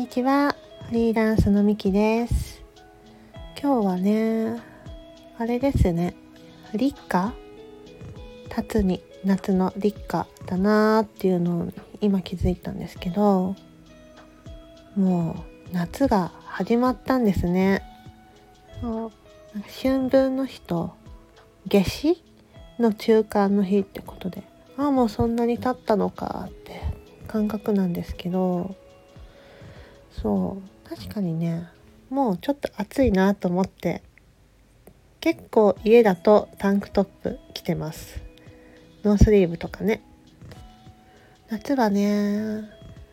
にちは、フリーランスのみきです。今日はね、あれですね、立夏夏の立夏だなーっていうのを今気づいたんですけど、もう夏が始まったんですね。なんか春分の日と夏至の中間の日ってことで、もうそんなに経ったのかって感覚なんですけど、そう確かにね、もうちょっと暑いなと思って、結構家だとタンクトップ着てます。ノースリーブとかね。夏はね、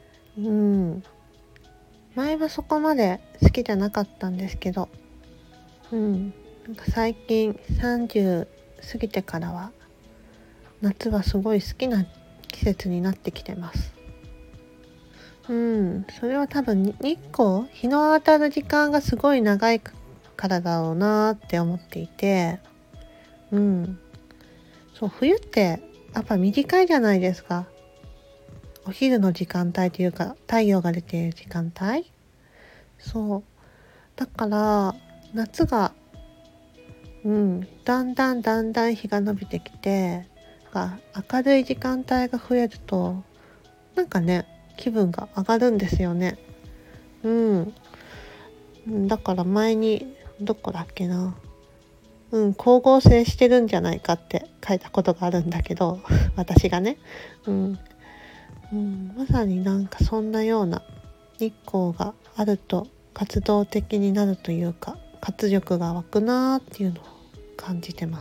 前はそこまで好きじゃなかったんですけど、なんか最近30過ぎてからは夏はすごい好きな季節になってきてます。それは多分日の当たる時間がすごい長いからだろうなって思っていて、そう、冬ってやっぱ短いじゃないですか。お昼の時間帯というか、太陽が出ている時間帯。そうだから夏がだんだん日が伸びてきて、明るい時間帯が増えるとなんかね、気分が上がるんですよね。だから前にどこだっけな、光合成してるんじゃないかって書いたことがあるんだけど私がね、まさになんかそんなような、日光があると活動的になるというか、活力が湧くなーっていうのを感じてます。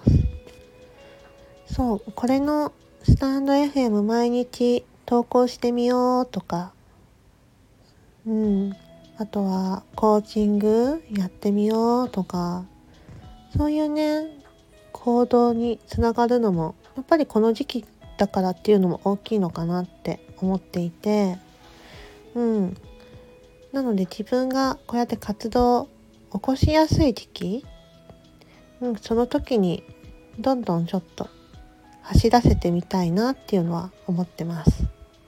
そう、これのスタンド FM 毎日投稿してみようとか、あとはコーチングやってみようとか、そういうね、行動につながるのもやっぱりこの時期だからっていうのも大きいのかなって思っていて、なので自分がこうやって活動を起こしやすい時期、その時にどんどんちょっと走らせてみたいなっていうのは思ってます。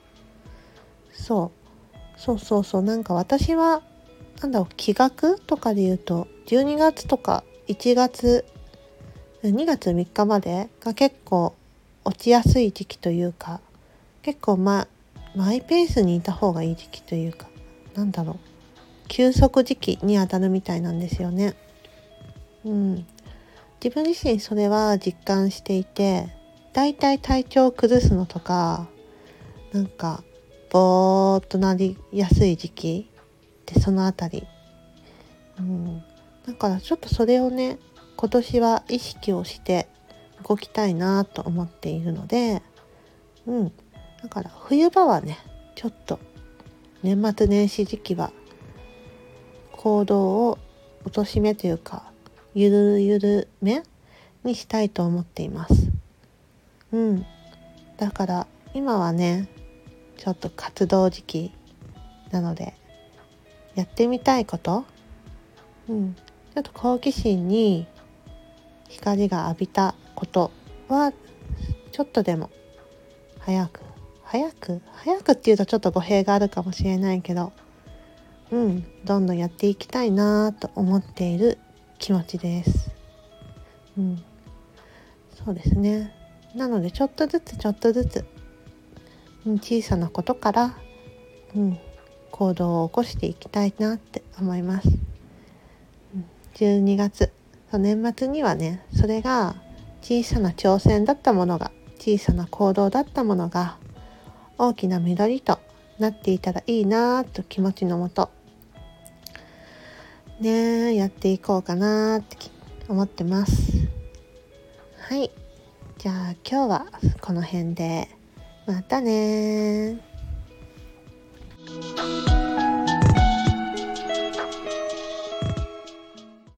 そうなんか私は気学とかで言うと12月とか2月3日までが結構落ちやすい時期というか、結構マイペースにいた方がいい時期というか、休息時期に当たるみたいなんですよね。自分自身それは実感していて、だいたい体調を崩すのとか、ぼーっとなりやすい時期ってそのあたり、だからちょっとそれをね、今年は意識をして動きたいなと思っているので、だから冬場はね、ちょっと年末年始時期は行動を落としめというか、ゆるめにしたいと思っています。だから今はね、ちょっと活動時期なので、やってみたいこと、ちょっと好奇心に光が浴びたことはちょっとでも早くっていうとちょっと語弊があるかもしれないけど、どんどんやっていきたいなと思っている気持ちです。そうですね。なのでちょっとずつ小さなことから、行動を起こしていきたいなって思います。12月、年末にはね、それが小さな挑戦だったものが、小さな行動だったものが大きな実りとなっていたらいいなと気持ちのもとね、やっていこうかなって思ってます。はい、じゃあ今日はこの辺で、またね。